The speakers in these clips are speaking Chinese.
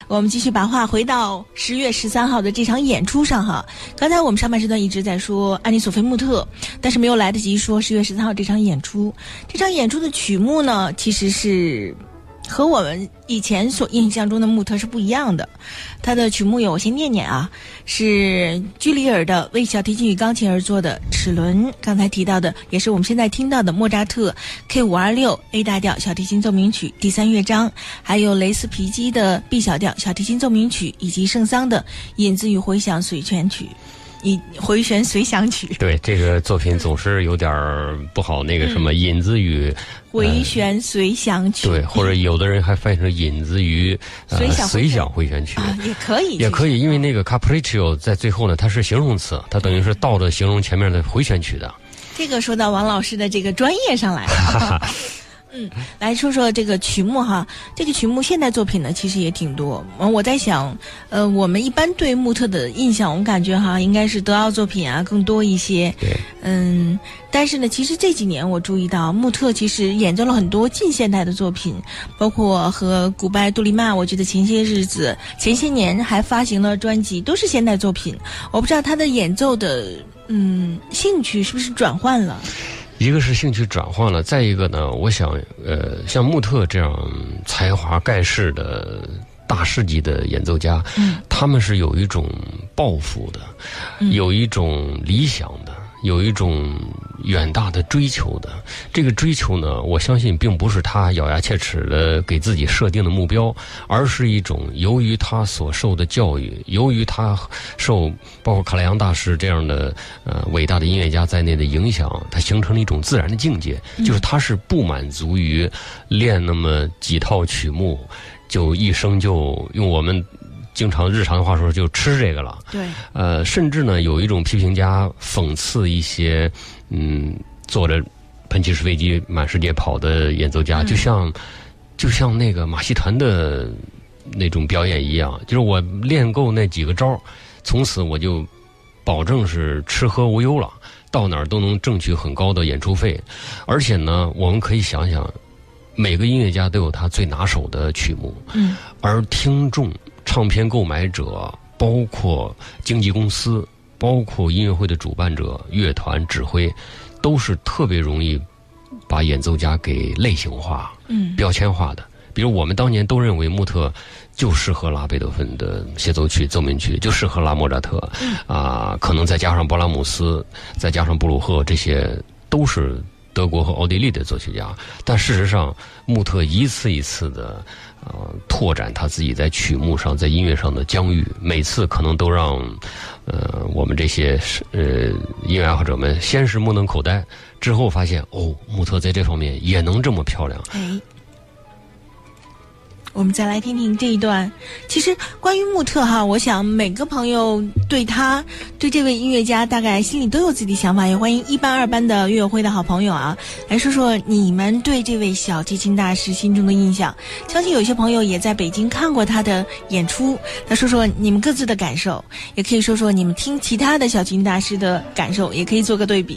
我们继续把话回到10月13号的这场演出上哈。刚才我们上半时段一直在说安妮索菲穆特，但是没有来得及说10月13号这场演出。这场演出的曲目呢，其实是和我们以前所印象中的穆特是不一样的。他的曲目有，我先念念啊，是居里尔的为小提琴与钢琴而作的齿轮，刚才提到的也是我们现在听到的莫扎特 K526 A 大调小提琴奏鸣曲第3乐章，还有雷斯皮基的 B 小调小提琴奏鸣曲，以及圣桑的引子与回响随旋曲。回旋随响曲， 对，这个作品总是有点不好，那个什么引子与回旋随响曲， 对，或者有的人还翻译成引子与随响回旋曲啊，也可以， 也可以，因为那个 capriccio 在最后呢，它是形容词，它等于是倒着形容前面的回旋曲的。 这个说到王老师的这个专业上来了。来说说这个曲目哈。这个曲目现代作品呢，其实也挺多。我在想，我们一般对穆特的印象，我们感觉哈，应该是德奥作品啊更多一些。 对。 但是呢，其实这几年我注意到，穆特其实演奏了很多近现代的作品，包括和古拜杜丽曼，我觉得前些年还发行了专辑，都是现代作品。我不知道他的演奏的兴趣是不是转换了。 一个是兴趣转换了，再一个呢，我想，像穆特这样才华盖世的大师级的演奏家，他们是有一种抱负的，有一种理想的，有一种远大的追求的。这个追求呢，我相信并不是他咬牙切齿的给自己设定的目标，而是一种由于他所受的教育，由于他受包括卡莱扬大师这样的伟大的音乐家在内的影响，他形成了一种自然的境界，就是他是不满足于练那么几套曲目，就一生就用我们经常日常的话说就吃这个了。 对。 甚至呢，有一种批评家讽刺一些坐着喷气式飞机满世界跑的演奏家，就像那个马戏团的那种表演一样，就是我练够那几个招，从此我就保证是吃喝无忧了，到哪儿都能挣取很高的演出费。而且呢，我们可以想想，每个音乐家都有他最拿手的曲目，而听众、唱片购买者，包括经纪公司，包括音乐会的主办者、乐团指挥，都是特别容易把演奏家给类型化、标签化的。比如我们当年都认为穆特就适合拉贝多芬的协奏曲、奏鸣曲，就适合拉莫扎特，可能再加上勃拉姆斯，再加上布鲁赫，这些都是德国和奥地利的作曲家。但事实上，穆特一次一次的拓展他自己在曲目上、在音乐上的疆域，每次可能都让我们这些音乐爱好者们先是目瞪口呆，之后发现穆特在这方面也能这么漂亮。 我们再来听听这一段。其实关于穆特哈，我想每个朋友对这位音乐家大概心里都有自己的想法，也欢迎1班2班的乐友会的好朋友啊，来说说你们对这位小提琴大师心中的印象。相信有些朋友也在北京看过他的演出，来说说你们各自的感受，也可以说说你们听其他的小提琴大师的感受，也可以做个对比。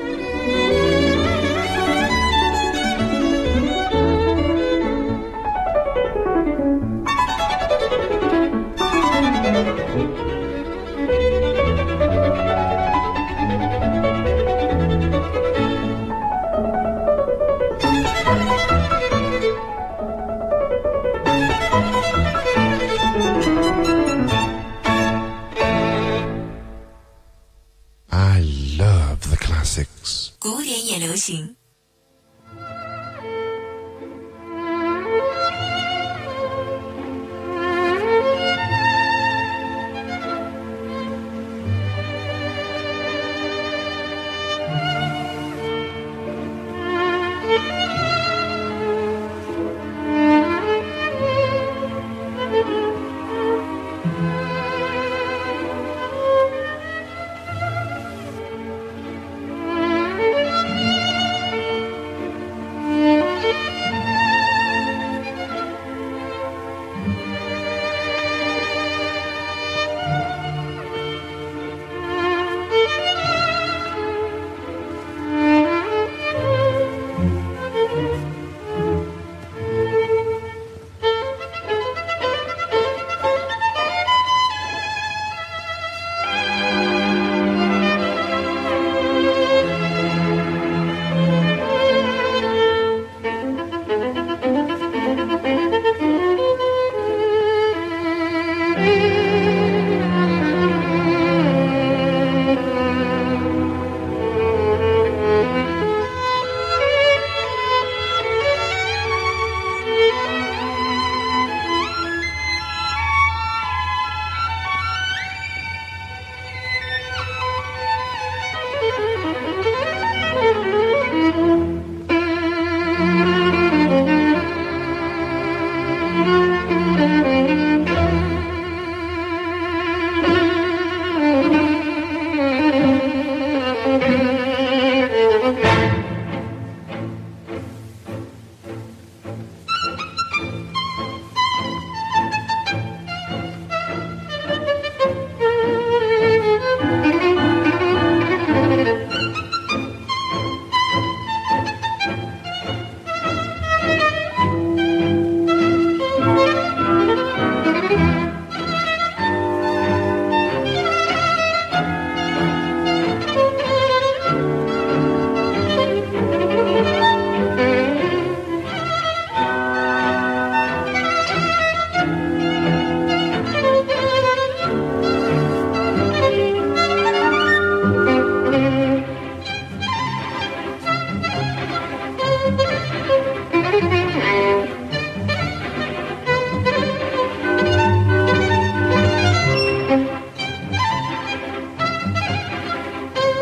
古典也流行。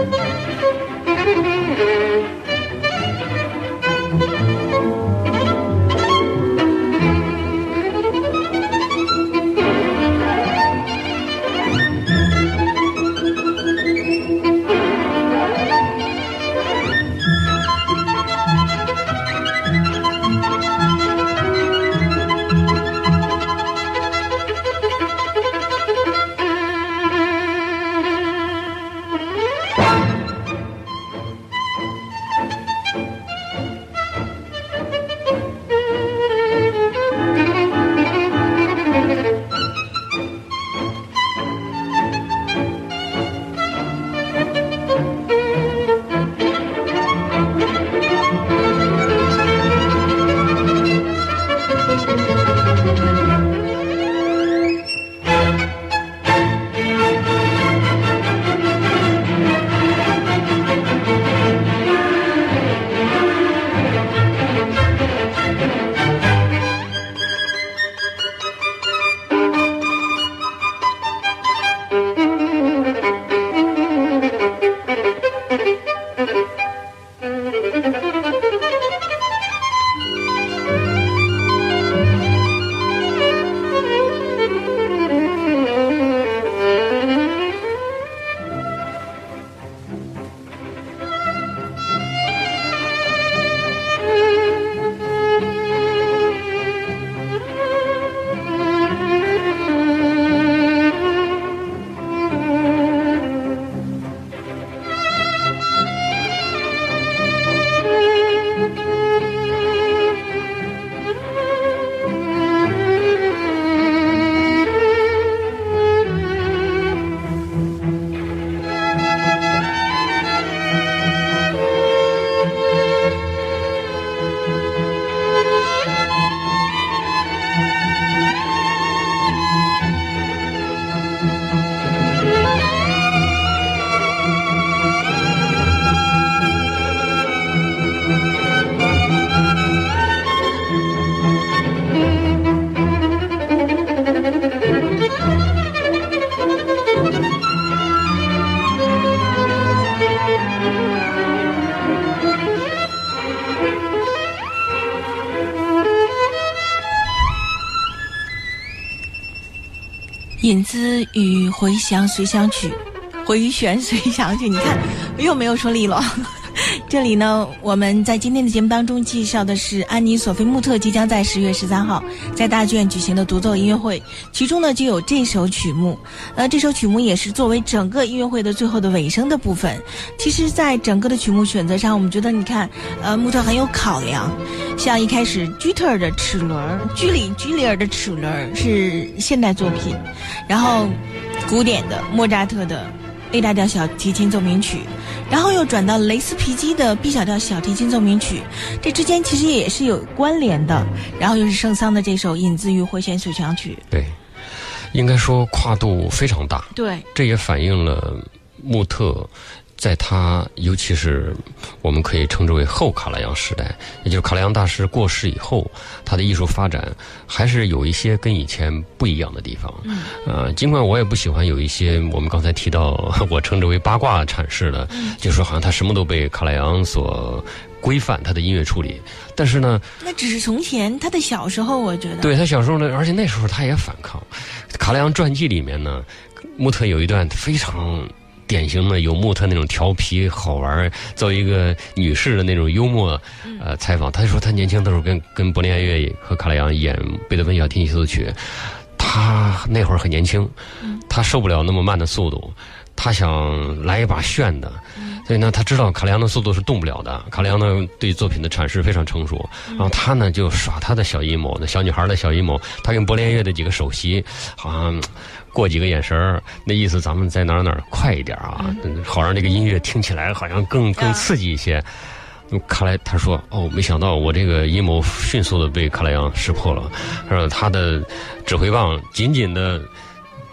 引子与回旋随想曲，回旋随想曲，你看又没有说利落。这里呢，我们在今天的节目当中介绍的是安妮·索菲·穆特即将在10月13号在大剧院举行的独奏音乐会，其中呢就有这首曲目。这首曲目也是作为整个音乐会的最后的尾声的部分。其实在整个的曲目选择上，我们觉得你看穆特很有考量，像一开始居特尔的齿轮，居里尔的齿轮是现代作品，然后古典的莫扎特的 A 大调小提琴奏鸣曲，然后又转到雷斯皮基的 B 小调小提琴奏鸣曲，这之间其实也是有关联的。然后又是圣桑的这首引子与回旋随想曲， 对，应该说跨度非常大。 对， 这也反映了穆特在他尤其是我们可以称之为后卡拉扬时代，也就是卡拉扬大师过世以后，他的艺术发展还是有一些跟以前不一样的地方。尽管我也不喜欢有一些我们刚才提到我称之为八卦阐释的，就是说好像他什么都被卡拉扬所规范他的音乐处理，但是呢， 那只是从前他的小时候，我觉得对他小时候呢，而且那时候他也反抗。卡拉扬传记里面呢，穆特有一段非常典型的有穆特那种调皮好玩作为一个女士的那种幽默采访。他就说他年轻的时候跟柏林爱乐和卡拉扬演贝多芬小提琴协奏曲，他那会儿很年轻，他受不了那么慢的速度，他想来一把炫的，所以呢他知道卡拉扬的速度是动不了的。卡拉扬呢对作品的阐释非常成熟，然后他呢就耍他的小阴谋，那小女孩的小阴谋，他跟柏林爱乐的几个首席好像过几个眼神儿，那意思咱们在哪儿快一点啊，好让这个音乐听起来好像更刺激一些。卡莱他说没想到我这个阴谋迅速的被卡莱扬识破了，他的指挥棒紧紧的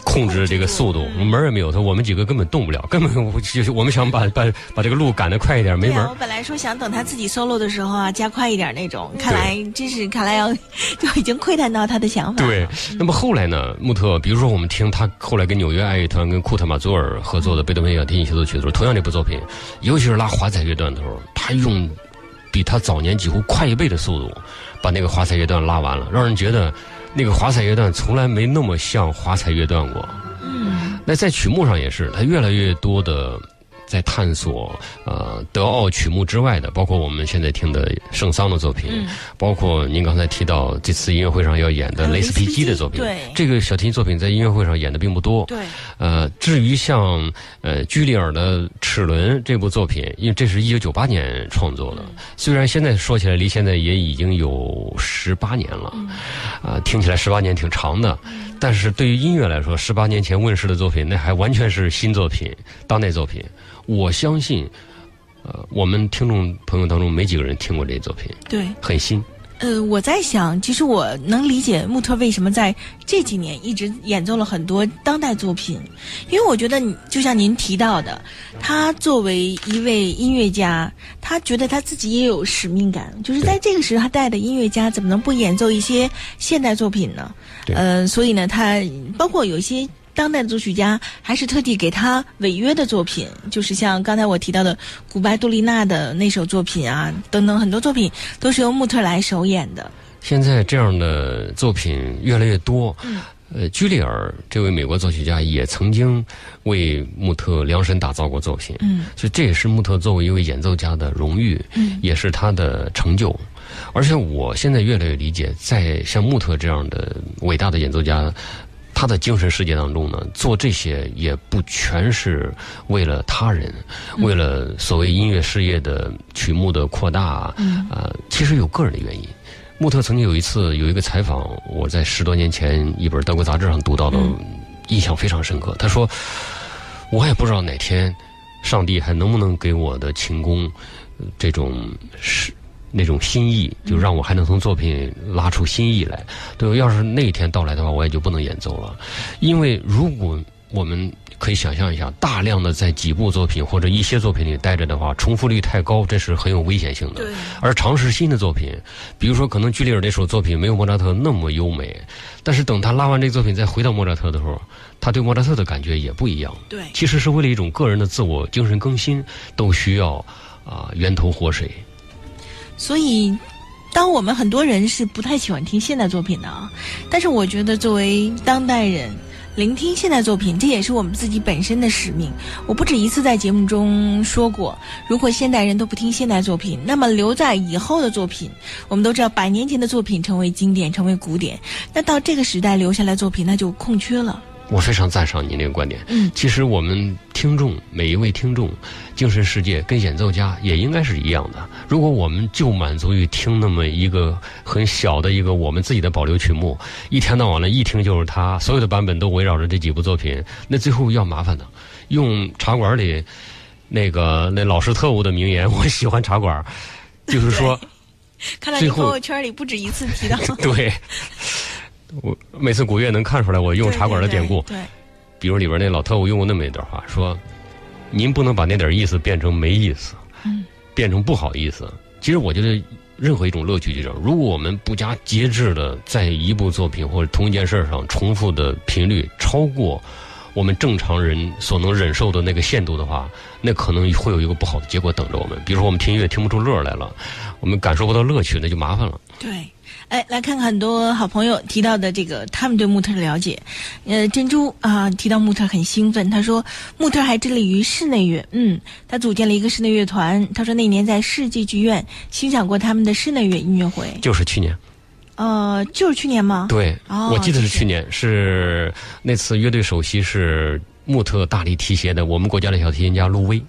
控制这个速度，门儿也没有，我们几个根本动不了，根本就是我们想把这个路赶得快一点，没门。 我本来说想等他自己 solo 的时候啊，加快一点那种，看来要就已经窥探到他的想法了。 对，那么后来呢，穆特，比如说我们听他后来跟纽约爱乐团跟库特马佐尔合作的贝多芬小提琴协奏曲的时候，同样这部作品，尤其是拉华彩乐段的时候，他用比他早年几乎快1倍的速度把那个华彩乐段拉完了，让人觉得那个华彩乐段从来没那么像华彩乐段过。那在曲目上也是，他越来越多的在探索德奥曲目之外的，包括我们现在听的圣桑的作品，包括您刚才提到这次音乐会上要演的雷斯皮基的作品， 对， 这个小提琴作品在音乐会上演的并不多。 对， 至于像居里尔的《齿轮》这部作品，因为这是1998年创作的，虽然现在说起来离现在也已经有18年了，听起来18年挺长的，但是对于音乐来说，18年前问世的作品，那还完全是新作品，当代作品。我相信，我们听众朋友当中没几个人听过这作品， 对， 很新。 我在想，其实我能理解穆特为什么在这几年一直演奏了很多当代作品，因为我觉得就像您提到的，他作为一位音乐家，他觉得他自己也有使命感，就是在这个时代的音乐家怎么能不演奏一些现代作品呢？所以呢，他包括有一些当代的作曲家还是特地给他违约的作品，就是像刚才我提到的古拜杜丽娜的那首作品啊，等等很多作品都是由穆特来首演的。 现在这样的作品越来越多。居里尔这位美国作曲家也曾经为穆特量身打造过作品，所以这也是穆特作为一位演奏家的荣誉，也是他的成就。而且我现在越来越理解，在像穆特这样的伟大的演奏家，他的精神世界当中呢，做这些也不全是为了他人，为了所谓音乐事业的曲目的扩大，其实有个人的原因。穆特曾经有一个采访，我在10多年前一本德国杂志上读到的，印象非常深刻。他说：“我也不知道哪天，上帝还能不能给我的琴功，这种那种心意，就让我还能从作品拉出新意来。对，要是那一天到来的话，我也就不能演奏了。因为如果我们可以想象一下，大量的在几部作品或者一些作品里待着的话，重复率太高，这是很有危险性的。而尝试新的作品，比如说可能居里尔这首作品没有莫扎特那么优美，但是等他拉完这个作品再回到莫扎特的时候，他对莫扎特的感觉也不一样。对，其实是为了一种个人的自我精神更新，都需要源头活水。 所以当我们很多人是不太喜欢听现代作品的啊，但是我觉得作为当代人聆听现代作品，这也是我们自己本身的使命。我不止一次在节目中说过，如果现代人都不听现代作品，那么留在以后的作品，我们都知道100年前的作品成为经典，成为古典，那到这个时代留下来作品那就空缺了。 我非常赞赏您这个观点。其实我们听众每一位听众精神世界跟演奏家也应该是一样的。如果我们就满足于听那么一个很小的一个我们自己的保留曲目，一天到晚的一听就是它，所有的版本都围绕着这几部作品，那最后要麻烦的。用茶馆里那老式特务的名言，我喜欢茶馆，就是说看到你朋友圈里不止一次提到。 对，我每次古乐能看出来我用茶馆的典故。 对， 比如里边那老特务用过那么一段话，说您不能把那点意思变成没意思，变成不好意思。其实我觉得任何一种乐趣就这样，如果我们不加节制的在一部作品或者同一件事上重复的频率超过我们正常人所能忍受的那个限度的话，那可能会有一个不好的结果等着我们。比如说我们听音乐听不出乐来了，我们感受不到乐趣，那就麻烦了。 对，来看看很多好朋友提到的这个他们对穆特的了解。珍珠提到穆特很兴奋，他说穆特还致力于室内乐，他组建了一个室内乐团。他说那年在世纪剧院欣赏过他们的室内乐音乐会， 就是去年。 就是去年吗？ 对，我记得是去年，是那次乐队首席是穆特大力提携的我们国家的小提琴家陆威。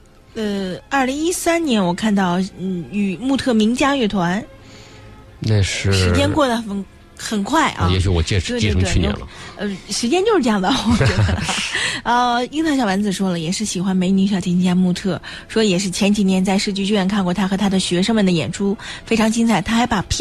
2013年我看到与穆特名家乐团。 那是时间过得很快啊！ 也许我记成去年了。 时间就是这样的，我觉得。樱桃小丸子说了，也是喜欢美女小提琴家穆特，说也是前几年在世纪剧院看过他和他的学生们的演出，非常精彩。他还把票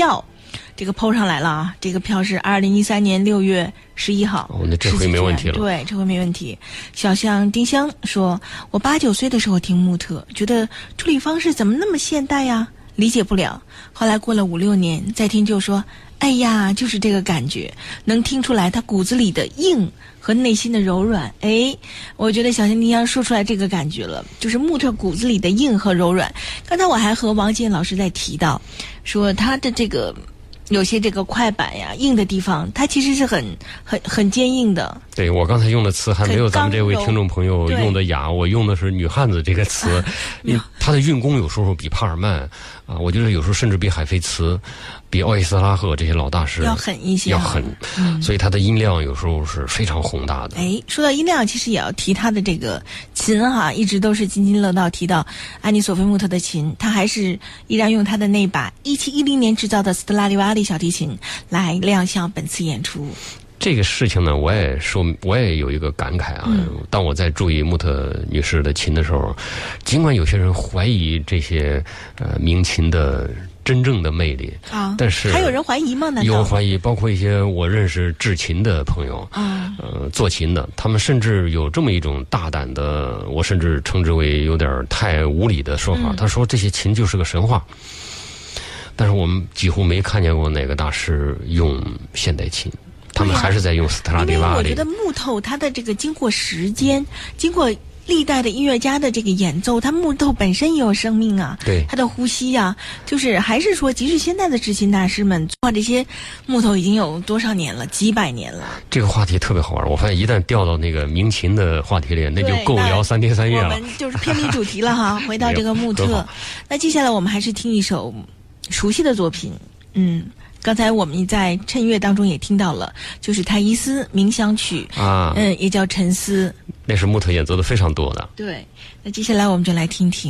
这个 PO 上来了啊，这个票是2013年6月11号。 那这回没问题了。 对，这回没问题。小象丁香说：“我8、9岁的时候听穆特，觉得处理方式怎么那么现代呀，理解不了。后来过了5、6年再听就说，哎呀，就是这个感觉，能听出来他骨子里的硬和内心的柔软。哎，我觉得小象丁香说出来这个感觉了，就是穆特骨子里的硬和柔软。刚才我还和王健老师在提到，说他的这个。”有些这个快板呀，硬的地方，它其实是很坚硬的。 对，我刚才用的词还没有咱们这位听众朋友用的雅，我用的是女汉子这个词，因为它的运功有时候比帕尔曼啊，我觉得有时候甚至比海菲茨、比奥伊斯拉赫这些老大师要狠一些， 要狠，所以它的音量有时候是非常宏大的。 哎，说到音量，其实也要提他的这个琴哈，一直都是津津乐道提到安妮索菲穆特的琴，他还是依然用他的那把1710年制造的斯特拉迪瓦里小提琴来亮相本次演出。 这个事情呢，我也有一个感慨啊。当我在注意穆特女士的琴的时候，尽管有些人怀疑这些名琴的真正的魅力啊，但是还有人怀疑吗？难道有怀疑？包括一些我认识制琴的朋友啊，做琴的，他们甚至有这么一种大胆的，我甚至称之为有点太无理的说法。他说这些琴就是个神话。但是我们几乎没看见过哪个大师用现代琴，他们还是在用斯特拉迪瓦里。 因为我觉得木头它的这个经过时间，经过历代的音乐家的这个演奏，它木头本身也有生命啊， 对， 它的呼吸啊，就是还是说，即使现在的制琴大师们做这些木头已经有多少年了，几百年了。 这个话题特别好玩，我发现一旦掉到那个民琴的话题里，那就够聊3天3夜了。 我们就是偏离主题了哈，回到这个穆特。那接下来我们还是听一首熟悉的作品，刚才我们在衬乐当中也听到了，就是泰伊斯冥想曲啊，也叫沉思， 那是穆特演奏的非常多的。 对，那接下来我们就来听听。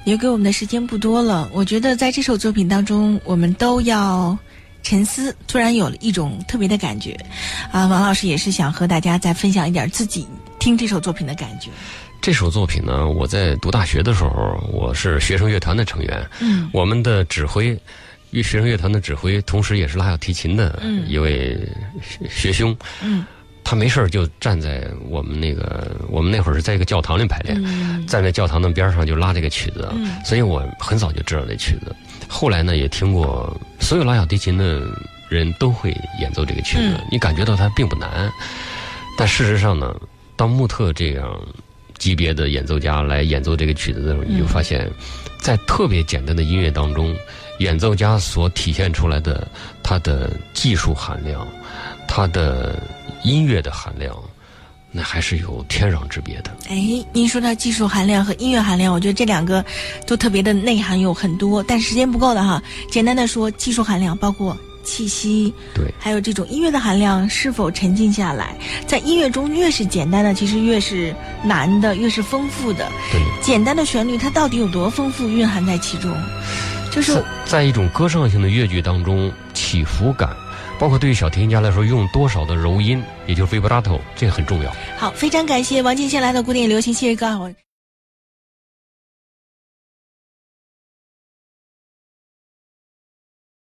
留给我们的时间不多了，我觉得在这首作品当中，我们都要沉思，突然有了一种特别的感觉。王老师也是想和大家再分享一点自己听这首作品的感觉。 这首作品呢，我在读大学的时候，我是学生乐团的成员，我们的指挥，学生乐团的指挥，同时也是拉小提琴的一位学兄，他没事就站在我们那会儿是在一个教堂里排练，站在教堂的边上就拉这个曲子，所以我很早就知道这曲子。后来呢，也听过所有拉小提琴的人都会演奏这个曲子，你感觉到它并不难。但事实上呢，当穆特这样级别的演奏家来演奏这个曲子的时候，你就发现，在特别简单的音乐当中，演奏家所体现出来的他的技术含量，他的音乐的含量，那还是有天壤之别的。 您说到技术含量和音乐含量，我觉得这两个都特别的内涵有很多，但是时间不够了哈。简单的说，技术含量包括气息， 对， 还有这种音乐的含量是否沉浸下来。在音乐中，越是简单的，其实越是难的，越是丰富的。 对， 简单的旋律它到底有多丰富，蕴含在其中？就是在一种歌唱性的乐句当中，起伏感，包括对于小提琴家来说，用多少的柔音，也就是 vibrato， 这个很重要。 好，非常感谢王建先来到古典流行系列歌好。